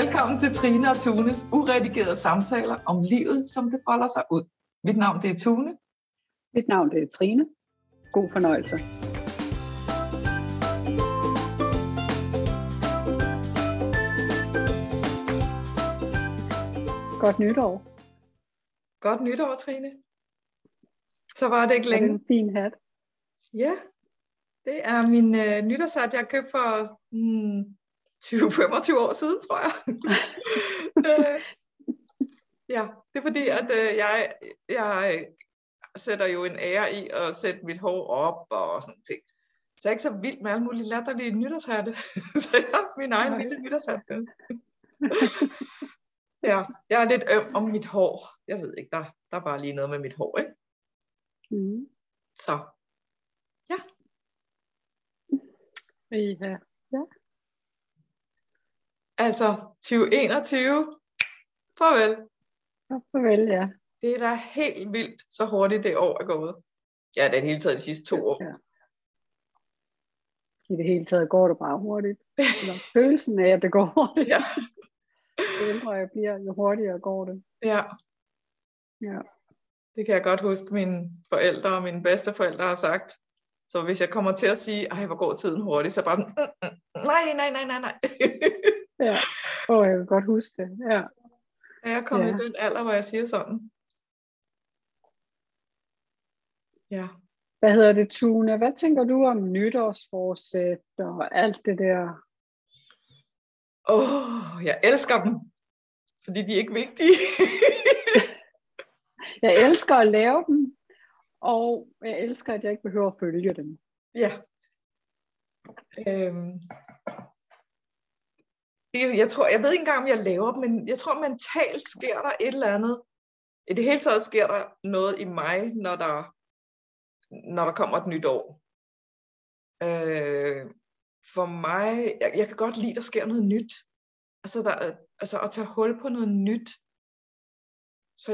Velkommen til Trine og Tunes uredigerede samtaler om livet, som det folder sig ud. Mit navn det er Tune. Mit navn det er Trine. God fornøjelse. Godt nytår. Godt nytår, Trine. Så var det ikke længe. Er det en fin hat? Ja, det er min nytårshat, jeg købte for 20-25 år siden, tror jeg. Ja, det er fordi, at jeg sætter jo en ære i at sætte mit hår op og sådan ting. Så jeg er ikke så vild med alle mulige latterlige nytårshatte. Så jeg har min egen lille nytårshat. Ja, jeg er lidt øm om mit hår. Jeg ved ikke, der er bare lige noget med mit hår, ikke? Mm. Så, ja. Ja. Altså, 2021. Farvel. Ja, farvel, ja. Det er da helt vildt, så hurtigt det år er gået. Ja, det er det hele taget de sidste 2 år. Ja. I det hele taget går det bare hurtigt. Eller følelsen af, at det går hurtigt. Ja. Jo ældre jeg bliver, jo hurtigere går det. Ja. Ja. Det kan jeg godt huske, mine forældre og mine bedsteforældre har sagt. Så hvis jeg kommer til at sige, ej, hvor går tiden hurtigt, så bare sådan, nej. Ja, jeg kan godt huske det. Ja. Jeg er kommet i den alder, hvor jeg siger sådan. Ja. Hvad hedder det, Tune? Hvad tænker du om nytårsforsæt og alt det der? Jeg elsker dem, fordi de er ikke vigtige. Jeg elsker at lave dem, og jeg elsker, at jeg ikke behøver at følge dem. Ja. Jeg ved ikke engang, om jeg laver dem, men jeg tror mentalt sker der et eller andet. I det hele taget sker der noget i mig, når der kommer et nyt år. For mig, jeg kan godt lide, at der sker noget nyt. Altså at tage hul på noget nyt. Så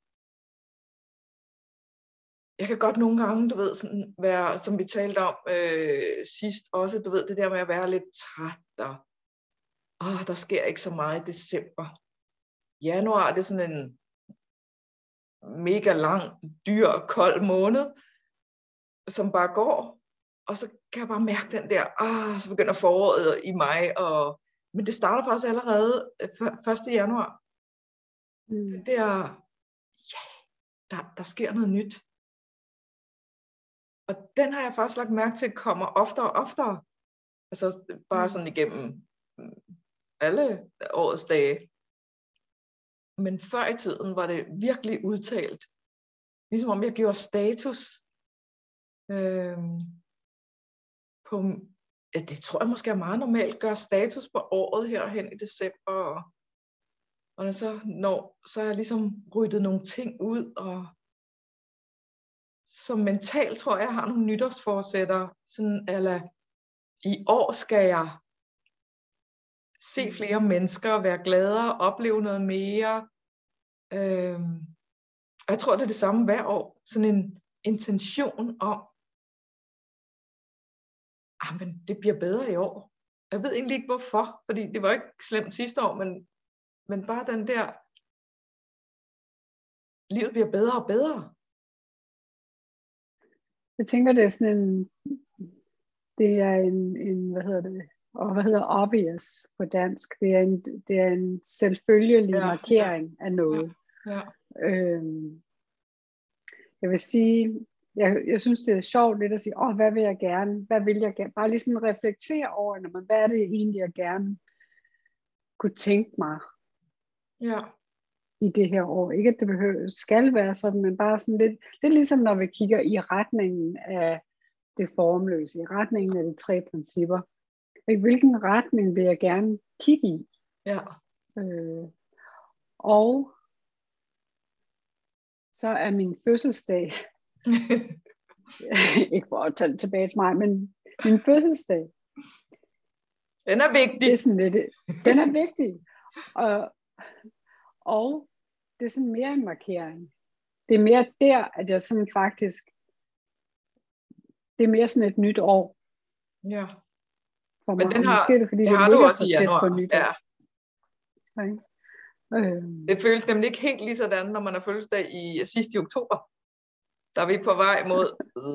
jeg kan godt nogle gange, du ved, sådan være, som vi talte om sidst også, du ved, det der med at være lidt træt, og der sker ikke så meget i december. Januar, det er sådan en mega lang, dyr, kold måned, som bare går, og så kan jeg bare mærke den der, så begynder foråret i mig, men det starter faktisk allerede 1. januar. Det er, der sker noget nyt. Og den har jeg faktisk lagt mærke til, kommer oftere og oftere. Altså bare sådan igennem alle årets dage. Men før i tiden var det virkelig udtalt. Ligesom om jeg gjorde status på, det tror jeg måske er meget normalt, gør status på året herhen i december. Og så er jeg ligesom ryddet nogle ting ud, og som mentalt tror jeg har nogle nytårsforsætter, sådan eller i år skal jeg se flere mennesker, være gladere, opleve noget mere. Og jeg tror det er det samme hver år, sådan en intention om, men det bliver bedre i år. Jeg ved egentlig ikke hvorfor, fordi det var ikke slemt sidste år, men bare den der, livet bliver bedre og bedre. Jeg tænker, det er sådan det er en hvad hedder obvious på dansk. Det er en selvfølgelig markering af noget. Ja. Jeg vil sige, jeg synes, det er sjovt lidt at sige, hvad vil jeg gerne? Hvad vil jeg gerne? Bare lige sådan reflektere over, hvad er det egentlig, jeg gerne kunne tænke mig i det her år. Ikke at det skal være sådan, men bare sådan lidt ligesom når vi kigger i retningen af det formløse, i retningen af de 3 principper. Hvilken retning vil jeg gerne kigge i? Ja. Og så er min fødselsdag, ikke for at tage det tilbage til mig, men min fødselsdag, den er vigtig. Det er sådan lidt, den er vigtig. Og det er sådan mere en markering. Det er mere der, at jeg sådan faktisk, det er mere sådan et nyt år. Ja. For mig. Men den har, måske er det, fordi det det har ligger du også så i tæt januar. på nytår. Ja. Ikke? Det føles nemlig ikke helt lige sådan, når man har fødselsdag i sidst i oktober. Der er vi på vej mod...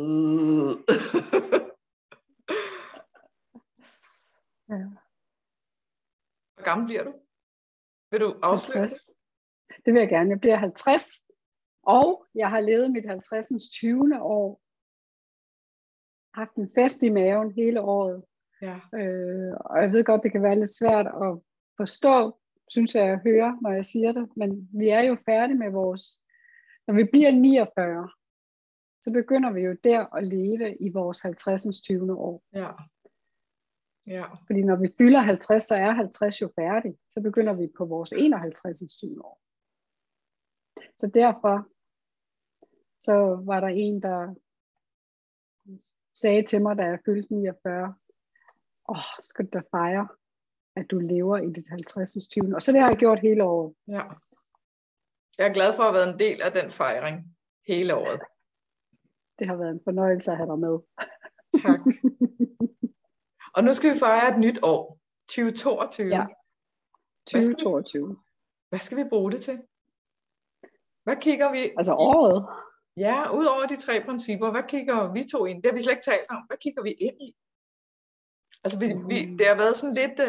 Ja. Hvor gammel bliver du? Vil du afsløre 50. Det vil jeg gerne. Jeg bliver 50. Og jeg har levet mit 50. 20. år. Haft en fest i maven hele året. Ja. Og jeg ved godt, det kan være lidt svært at forstå, synes jeg hører, når jeg siger det. Men vi er jo færdige med vores... Når vi bliver 49, så begynder vi jo der at leve i vores 50. 20. år. Ja. Ja. Fordi når vi fylder 50, så er 50 jo færdig. Så begynder vi på vores 51. 20. år. Så derfor så var der en, der sagde til mig, da jeg fyldte 49, skal du da fejre, at du lever i dit 50. 20. Og så det har jeg gjort hele året. Ja. Jeg er glad for at have været en del af den fejring hele året. Det har været en fornøjelse at have dig med. Tak. Og nu skal vi fejre et nyt år. 2022. Ja. 2022. Hvad skal vi bruge det til? Hvad kigger vi? Altså året? Ja, ud over de 3 principper, hvad kigger vi to ind? Det har vi slet ikke talt om. Hvad kigger vi ind i? Altså, det har været sådan lidt...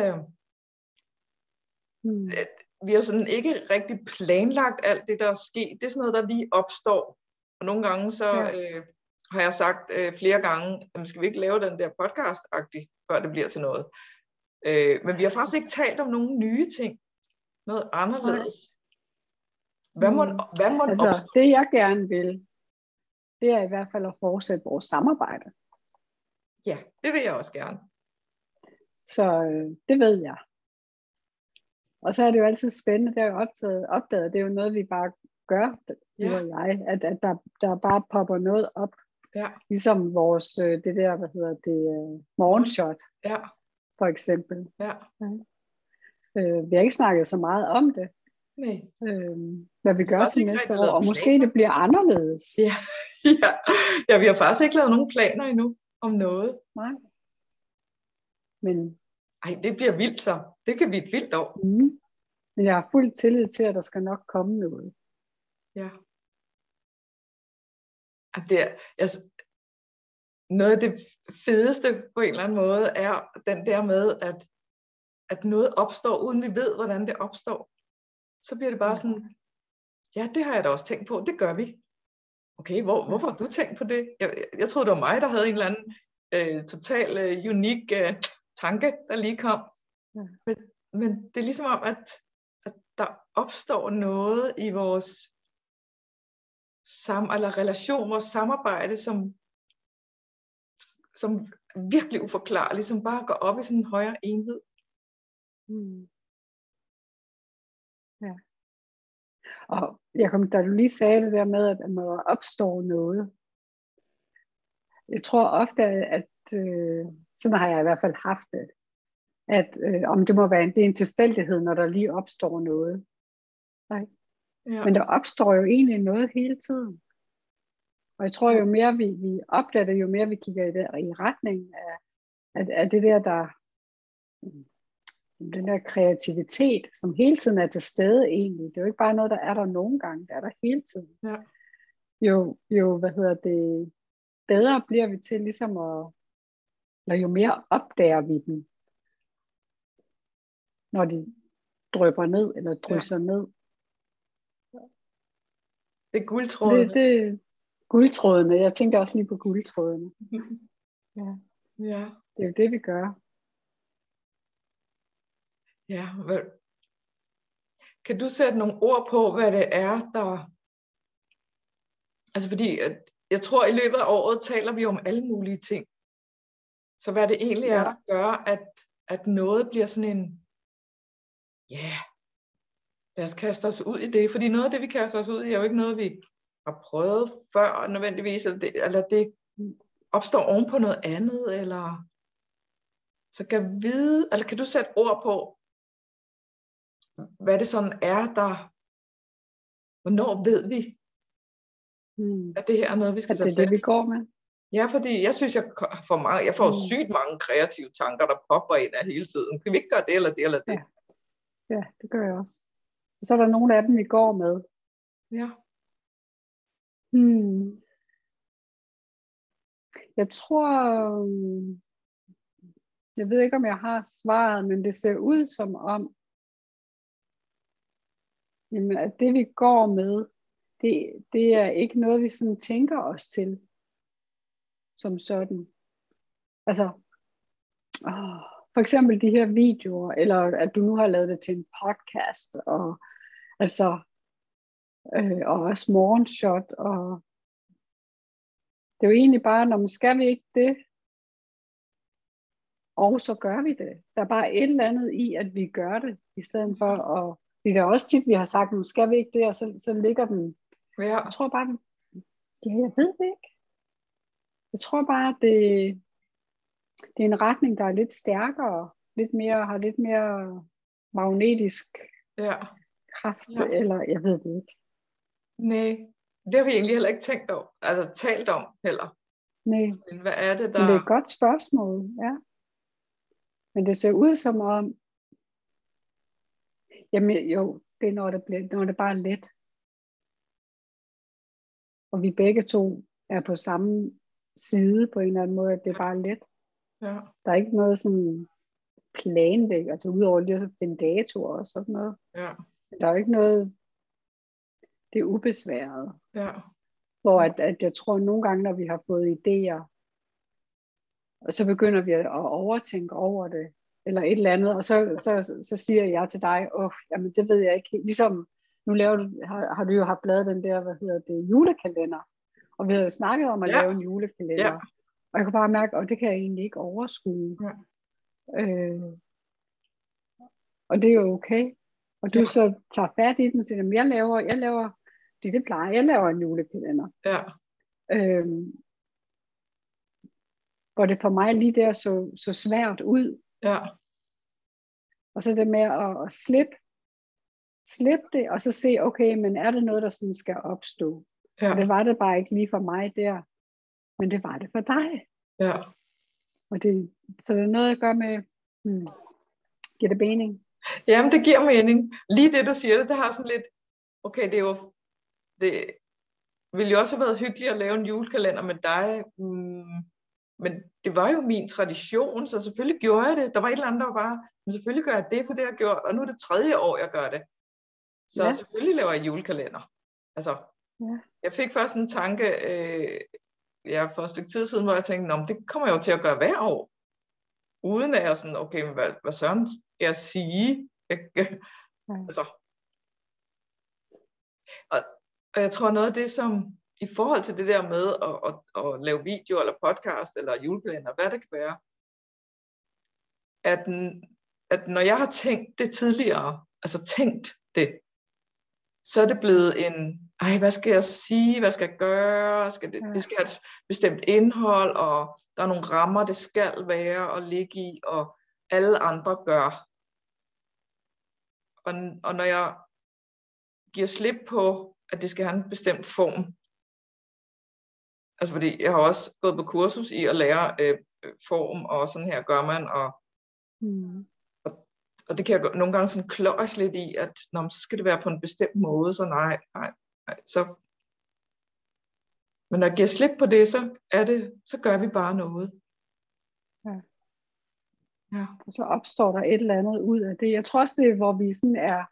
Vi har sådan ikke rigtig planlagt alt det, der er sket. Det er sådan noget, der lige opstår. Og nogle gange så har jeg sagt flere gange, at skal vi ikke lave den der podcast-agtig, før det bliver til noget. Men vi har faktisk ikke talt om nogle nye ting. Noget anderledes. Hvad må altså, opstå? det jeg gerne vil, det er i hvert fald at fortsætte vores samarbejde. Ja, det vil jeg også gerne. Så det ved jeg. Og så er det jo altid spændende, det er jo opdaget, det er jo noget, vi bare gør, du og jeg, at der bare popper noget op. Ja. Ligesom vores, det der, morgenshot, for eksempel. Ja. Vi har ikke snakket så meget om det. Nej. Hvad vi gør til næste år, og måske det bliver anderledes. Ja, vi har faktisk ikke lavet nogen planer endnu om noget. Nej. Men det bliver vildt så. Det kan blive et vildt år. Men jeg har fuld tillid til, at der skal nok komme noget. Ja. Noget af det fedeste på en eller anden måde er den der med, at noget opstår, uden vi ved, hvordan det opstår. Så bliver det bare sådan, ja, det har jeg da også tænkt på, det gør vi. Okay, hvorfor har du tænkt på det? Jeg troede, det var mig, der havde en eller anden total unik tanke, der lige kom. Ja. Men det er ligesom om, at der opstår noget i vores relation, vores samarbejde, som virkelig uforklarligt, som bare går op i sådan en højere enhed. Ja. Og da du lige sagde det der med, at der opstår noget. Jeg tror ofte, at sådan har jeg i hvert fald haft det. At om det må være det er en tilfældighed, når der lige opstår noget. Nej. Ja. Men der opstår jo egentlig noget hele tiden. Og jeg tror, jo mere vi opdager det, jo mere vi kigger i retningen af det der, den der kreativitet, som hele tiden er til stede egentlig. Det er jo ikke bare noget, der er der nogle gange, det er der hele tiden. Ja. Jo, bedre bliver vi til ligesom eller jo mere opdager vi den, når de drypper ned, eller drysser ned. Det er guldtrådene. Det guldtrådene. Jeg tænker også lige på guldtrådene. Ja. Det er jo det, vi gør. Ja, kan du sætte nogle ord på, hvad det er, der... Altså fordi, jeg tror, i løbet af året taler vi om alle mulige ting. Så hvad det egentlig er, der gør, at noget bliver sådan en... lad os kaste os ud i det. Fordi noget af det, vi kaster os ud i, er jo ikke noget, vi har prøvet før nødvendigvis. Eller det opstår oven på noget andet. Eller... Så kan du sætte ord på, hvad det sådan er, hvornår ved vi, at det her er noget, vi skal tage fat i? Det er det, vi går med. Ja, fordi jeg synes, jeg får sygt mange kreative tanker, der popper ind af hele tiden. Kan vi ikke gøre det, eller det, eller det? Ja, det gør jeg også. Og så er der nogle af dem, vi går med. Ja. Jeg tror, jeg ved ikke, om jeg har svaret, men det ser ud som om, jamen, at det vi går med, det er ikke noget, vi sådan tænker os til, som sådan. Altså, for eksempel de her videoer, eller at du nu har lavet det til en podcast, og altså, og også morgenshot, og det er jo egentlig bare, når man skal vi ikke det, og så gør vi det. Der er bare et eller andet i, at vi gør det, i stedet for at, det er også tit, vi har sagt, nu skal vi ikke det, og så ligger den. Ja. Jeg tror bare, jeg ved det ikke. Jeg tror bare, at det er en retning, der er lidt stærkere, har lidt mere magnetisk kraft, eller jeg ved det ikke. Nej, det har vi egentlig heller ikke talt om heller. Nej, hvad er det, der... Men det er et godt spørgsmål, ja. Men det ser ud som om, jamen jo, det er når det bare er let. Og vi begge to er på samme side på en eller anden måde, at det er bare let. Ja. Der er ikke noget sådan planlæg, altså udover lige at finde datoer og sådan noget. Ja. Der er jo ikke noget, det er ubesværet. Ja. Hvor at jeg tror nogle gange, når vi har fået idéer, og så begynder vi at overtænke over det, eller et eller andet, og så siger jeg til dig, jamen det ved jeg ikke. Ligesom, nu har du jo haft lavet den der, julekalender, og vi havde snakket om at lave en julekalender, og jeg kunne bare mærke, at det kan jeg egentlig ikke overskue. Ja. Og det er jo okay. Og du så tager fat i den og siger, jeg laver, det plejer, jeg laver en julekalender. Ja. Hvor det for mig lige der så svært ud. Ja. Og så det med at slippe det, og så se, okay, men er det noget, der sådan skal opstå? Ja. Og det var det bare ikke lige for mig der, men det var det for dig. Ja. Og så det er noget, jeg gør med, giver det mening? Jamen, det giver mening. Lige det, du siger, det har sådan lidt, okay, det ville jo også have været hyggeligt at lave en julekalender med dig, men det var jo min tradition, så selvfølgelig gjorde jeg det. Der var et eller andet, der var bare, men selvfølgelig gør jeg det, for det har jeg gjort, og nu er det 3. år, jeg gør det. Så selvfølgelig laver jeg julekalender. Altså, jeg fik først en tanke, for et stykke tid siden, hvor jeg tænkte, det kommer jeg jo til at gøre hver år. Uden at jeg sådan, okay, men hvad søren skal jeg sige? Altså. Og jeg tror noget af det, som i forhold til det der med at lave video eller podcast eller julekalender, hvad det kan være, at når jeg har tænkt det tidligere, altså tænkt det, så er det blevet hvad skal jeg sige, hvad skal jeg gøre, det skal have et bestemt indhold, og der er nogle rammer, det skal være og ligge i, og alle andre gør. Og når jeg giver slip på, at det skal have en bestemt form, altså fordi jeg har også gået på kursus i at lære form, og sådan her gør man, og det kan jeg nogle gange sådan kløjes lidt i, at så skal det være på en bestemt måde, så nej. Så, men når jeg giver slip på det, så gør vi bare noget. Ja. Og så opstår der et eller andet ud af det. Jeg tror også, det er, hvor vi sådan er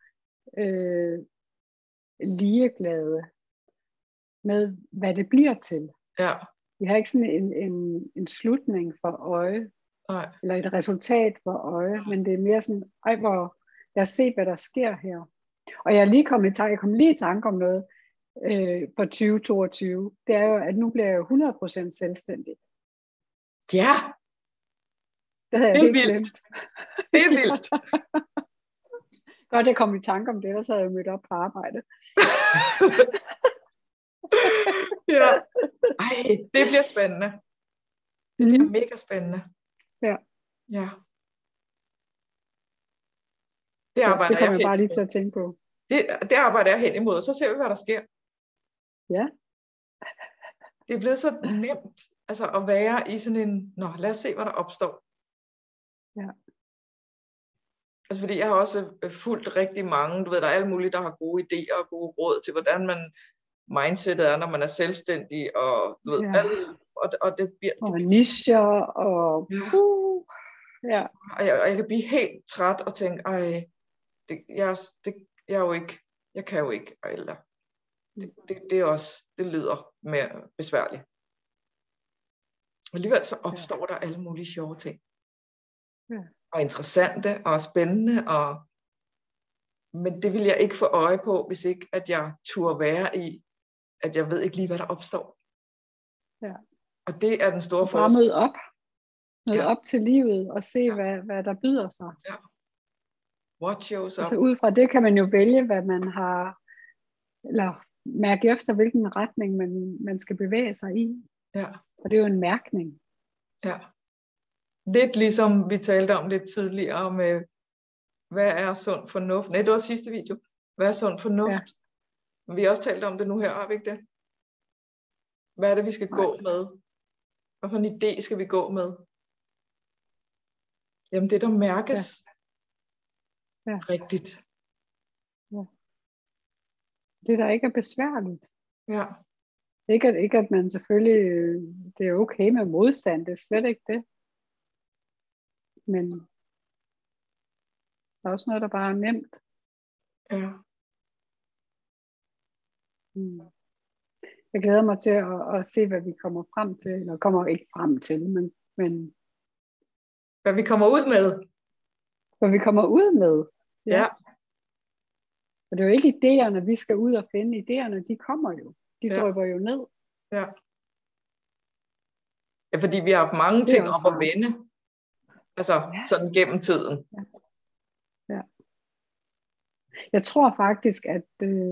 ligeglade med, hvad det bliver til. Ja. Vi har ikke sådan en slutning for øje. Nej. Eller et resultat for øje, men det er mere sådan, hvor jeg har set, hvad der sker her. Og jeg kom lige i tanke om noget for 2022. Det er jo, at nu bliver jeg jo 100% selvstændig. Ja! Det havde jeg helt glemt. Det er vildt. Godt, jeg kom i tanke om det, og så havde jeg mødt op på arbejde. Ja. Ej, det bliver spændende. Det bliver mega spændende. Ja. Ja. Det arbejder det kommer jeg bare lige til at tænke på. Det arbejder jeg hen imod, og så ser vi, hvad der sker. Ja. Det er blevet så nemt altså at være i sådan en, lad os se, hvad der opstår. Ja. Altså fordi jeg har også fulgt rigtig mange, du ved, der er alle mulige, der har gode idéer og gode råd til, hvordan man mindsetet er, når man er selvstændig, og du ved, og det bliver... Og nischer, og... Ja. Og jeg kan blive helt træt og tænke, jeg kan jo ikke, eller det er også, det lyder mere besværligt. Alligevel så opstår der alle mulige sjove ting. Ja. Og interessante og spændende, men det vil jeg ikke få øje på, hvis ikke at jeg turde være i, at jeg ved ikke lige, hvad der opstår. Ja. Og det er den store forskel. Bare møde op. Møde op til livet og se, hvad der byder sig. Ja. What shows up. Og så ud fra det kan man jo vælge, hvad man har, eller mærke efter, hvilken retning man skal bevæge sig i. Ja. Og det er jo en mærkning. Ja. Lidt ligesom vi talte om lidt tidligere med, hvad er sund fornuft? Nej, det var sidste video. Hvad er sund fornuft? Ja. Vi har også talt om det nu her, har vi ikke det? Hvad er det, vi skal gå med? Hvad for en idé skal vi gå med? Jamen det, der mærkes rigtigt. Ja. Det, der ikke er besværligt. Ja. Ikke at man selvfølgelig, det er okay med modstand, det er slet ikke det. Men der er også noget, der bare er nemt. Ja. Jeg glæder mig til at se, hvad vi kommer frem til, eller kommer ikke frem til, men hvad vi kommer ud med. Hvad vi kommer ud med. Ja. Og det er jo ikke idéerne, vi skal ud og finde. Idéerne, de kommer jo. De drypper jo ned. Ja. Ja, fordi vi har haft mange ting op at vende. Altså sådan gennem tiden. Ja. Jeg tror faktisk, at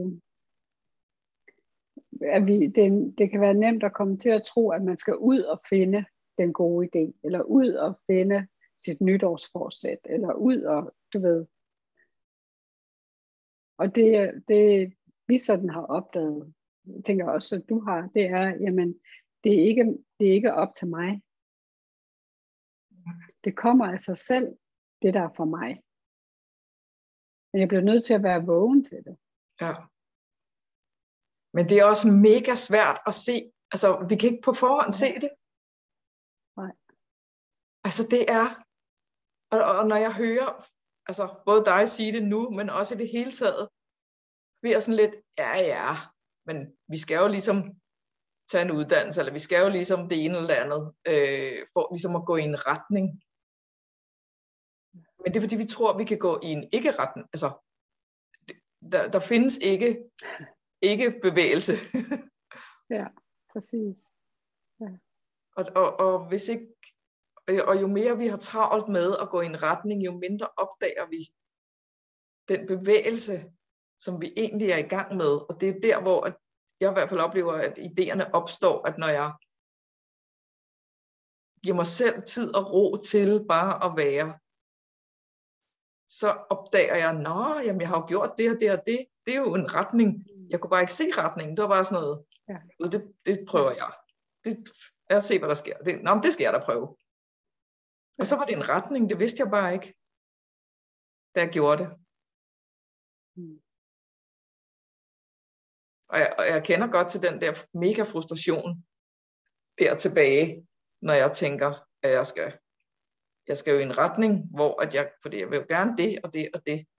det kan være nemt at komme til at tro, at man skal ud og finde den gode idé, eller ud og finde sit nytårsforsæt, eller ud og, du ved. Og det vi sådan har opdaget, jeg tænker også, at du har, det er, jamen, det er ikke op til mig. Det kommer af sig selv, det der er for mig. Men jeg bliver nødt til at være vågen til det. Ja. Men det er også mega svært at se. Altså, vi kan ikke på forhånd se det. Nej. Altså, det er... Og når jeg hører, altså, både dig sige det nu, men også i det hele taget, vi er sådan lidt, men vi skal jo ligesom tage en uddannelse, eller vi skal jo ligesom det ene eller andet, for ligesom at gå i en retning. Men det er fordi, vi tror, vi kan gå i en ikke-retning. Altså, der findes ikke bevægelse. Ja, præcis. Ja. Og hvis ikke, og jo mere vi har travlt med at gå i en retning, jo mindre opdager vi den bevægelse, som vi egentlig er i gang med. Og det er der, hvor jeg i hvert fald oplever, at idéerne opstår, at når jeg giver mig selv tid og ro til bare at være, så opdager jeg, jamen jeg har jo gjort det og det og det. Det er jo en retning. Jeg kunne bare ikke se retningen. Det var bare sådan noget. Ja. Det prøver jeg. Jeg ser, hvad der sker. Det skal jeg da prøve. Og så var det en retning. Det vidste jeg bare ikke, da jeg gjorde det. Og jeg kender godt til den der mega frustration der tilbage, når jeg tænker, at jeg skal jo i en retning, hvor fordi jeg vil jo gerne det og det og det.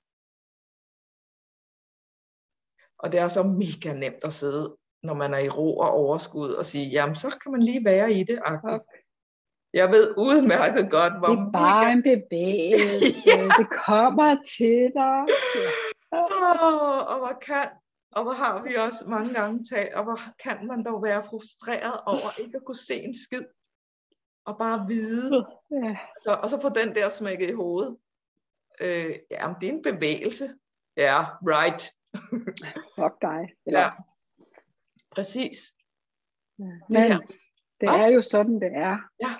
Og det er så mega nemt at sidde, når man er i ro og overskud, og sige, jamen så kan man lige være i det. Okay. Jeg ved udmærket godt, hvor det er bare en bevægelse. Det kommer til dig. Og hvor har vi også mange gange talt, og hvor kan man dog være frustreret over ikke at kunne se en skid, og bare vide. Og så få den der smækket i hovedet. Jamen det er en bevægelse. Ja, right. Fuck dig. Eller... Ja, præcis. Men det er jo sådan, det er. Ja.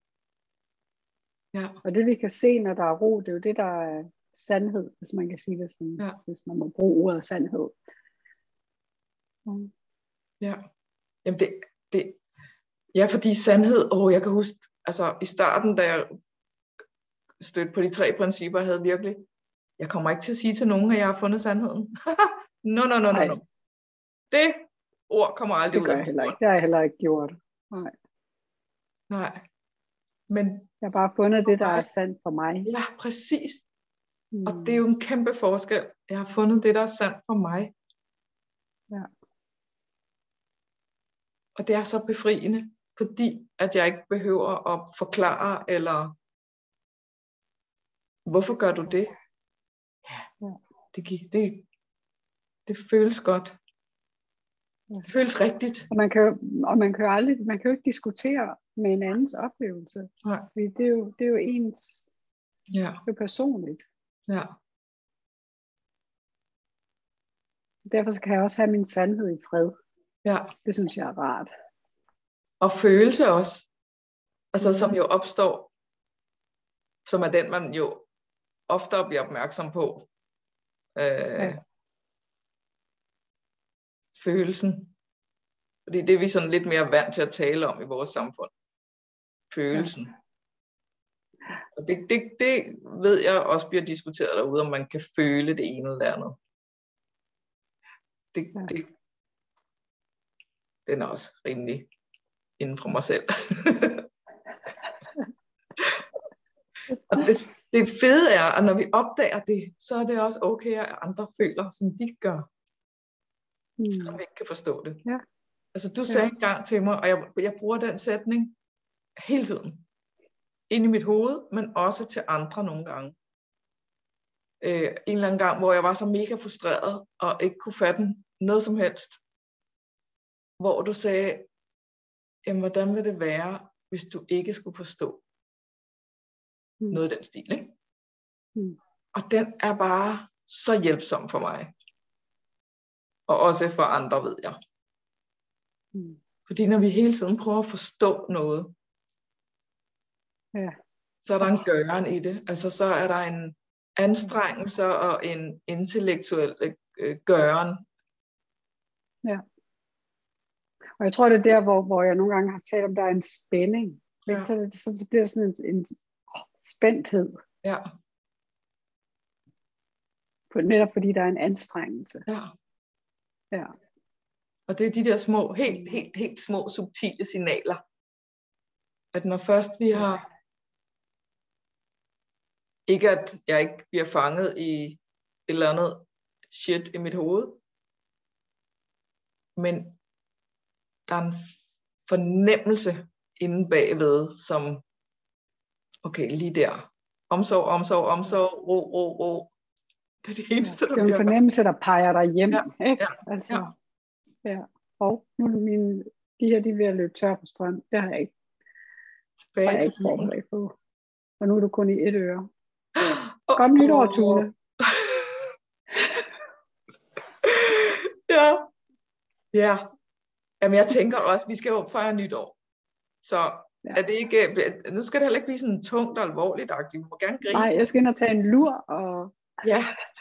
Ja. Og det vi kan se, når der er ro, det er jo det, der er sandhed, hvis man kan sige det sådan, hvis man må bruge ordet sandhed. Ja. Jamen ja, fordi sandhed, jeg kan huske, altså i starten, da jeg stødte på de 3 principper, havde virkelig Jeg kommer ikke til at sige til nogen, at jeg har fundet sandheden. No. Det ord kommer aldrig ud af min mund. Det har jeg heller ikke gjort. Nej. Men jeg har bare fundet det, der er sandt for mig. Ja, præcis. Og det er jo en kæmpe forskel. Jeg har fundet det, der er sandt for mig. Ja. Og det er så befriende, fordi at jeg ikke behøver at forklare, eller hvorfor gør du det? Ja, det føles godt. Det føles rigtigt. Og man kan jo ikke diskutere med en andens oplevelse. Nej. Det er jo ens. Ja. Det er jo personligt. Ja. Derfor kan jeg også have min sandhed i fred. Ja. Det synes jeg er rart. Og følelse også. Altså som jo opstår, som er den, man jo oftere bliver opmærksom på. Følelsen. Fordi det er vi sådan lidt mere vant til at tale om i vores samfund. Følelsen. Ja. Og det ved jeg også bliver diskuteret derude, om man kan føle det ene eller andet. Den er også rimelig inden for mig selv. Og det fede er, at når vi opdager det, så er det også okay, at andre føler, som de gør. Selvom vi ikke kan forstå det. Ja. Altså du sagde engang til mig, og jeg bruger den sætning hele tiden. Ind i mit hoved, men også til andre nogle gange. En eller anden gang, hvor jeg var så mega frustreret, og ikke kunne fatte noget som helst. Hvor du sagde, jamen hvordan vil det være, hvis du ikke skulle forstå noget af den stil, ikke? Og den er bare så hjælpsom for mig. Og også for andre, ved jeg. Fordi når vi hele tiden prøver at forstå noget, så er der en gøren i det. Altså så er der en anstrengelse og en intellektuel gøren. Ja. Og jeg tror, det er der, hvor jeg nogle gange har talt om, der er en spænding. Ja. Så bliver det sådan en spændthed. Ja. Netop fordi der er en anstrengelse. Ja. Og det er de der små, helt små, subtile signaler. At når først vi har, ikke at jeg ikke bliver fanget i et eller andet shit i mit hoved, men der er en fornemmelse inde bagved, som, okay, lige der, omsorg, ro. Det er det eneste, der virker. Det er en fornemmelse, der peger dig hjem, ikke? Ja. Og nu er de her, de er ved at løbe tør for strøm. Det har jeg ikke. Tilbage til forberedt på. Og nu er du kun i et øre. Godt nytår, Tune. Ja. Jamen jeg tænker også, vi skal jo fejre nytår. Så er det ikke, nu skal det heller ikke blive sådan tungt og alvorligt-agtigt. Vi må gerne grine. Nej, jeg skal ind og tage en lur. Og... Ja.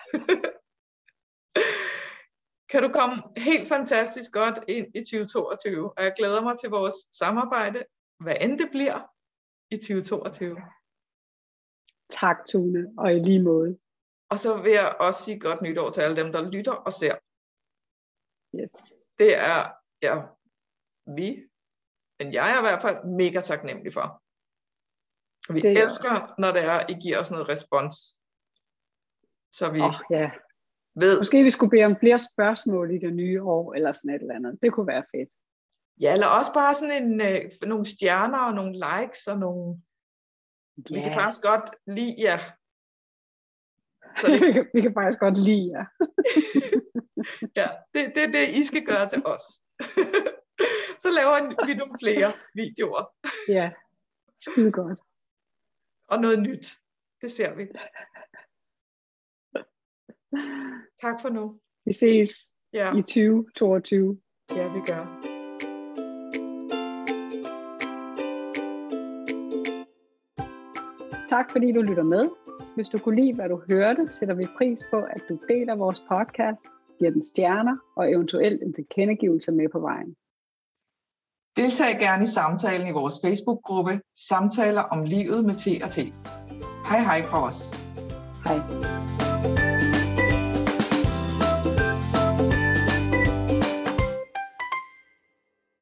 Kan du komme helt fantastisk godt ind i 2022. Og jeg glæder mig til vores samarbejde, hvad end det bliver i 2022. Tak, Tune, og i lige måde. Og så vil jeg også sige godt nytår til alle dem, der lytter og ser. Yes. Det er men jeg er i hvert fald mega taknemmelig for. Og vi elsker, når det er, I giver os noget respons. Så vi ved. Måske vi skulle bede om flere spørgsmål i det nye år, eller sådan et eller andet. Det kunne være fedt. Ja, eller også bare sådan nogle stjerner og nogle likes og nogle... Vi kan faktisk godt lide jer. Så vi kan faktisk godt lide jer. Ja, det er det, I skal gøre til os. Så laver vi nogle flere videoer. Ja, skide godt. Og noget nyt. Det ser vi. Tak for nu. Vi ses i 2022. Ja, vi gør. Tak fordi du lytter med. Hvis du kunne lide, hvad du hørte, sætter vi pris på, at du deler vores podcast, giver den stjerner og eventuelt en tilkendegivelse med på vejen. Deltag gerne i samtalen i vores Facebook-gruppe Samtaler om livet med T&T. Hej fra os. Hej.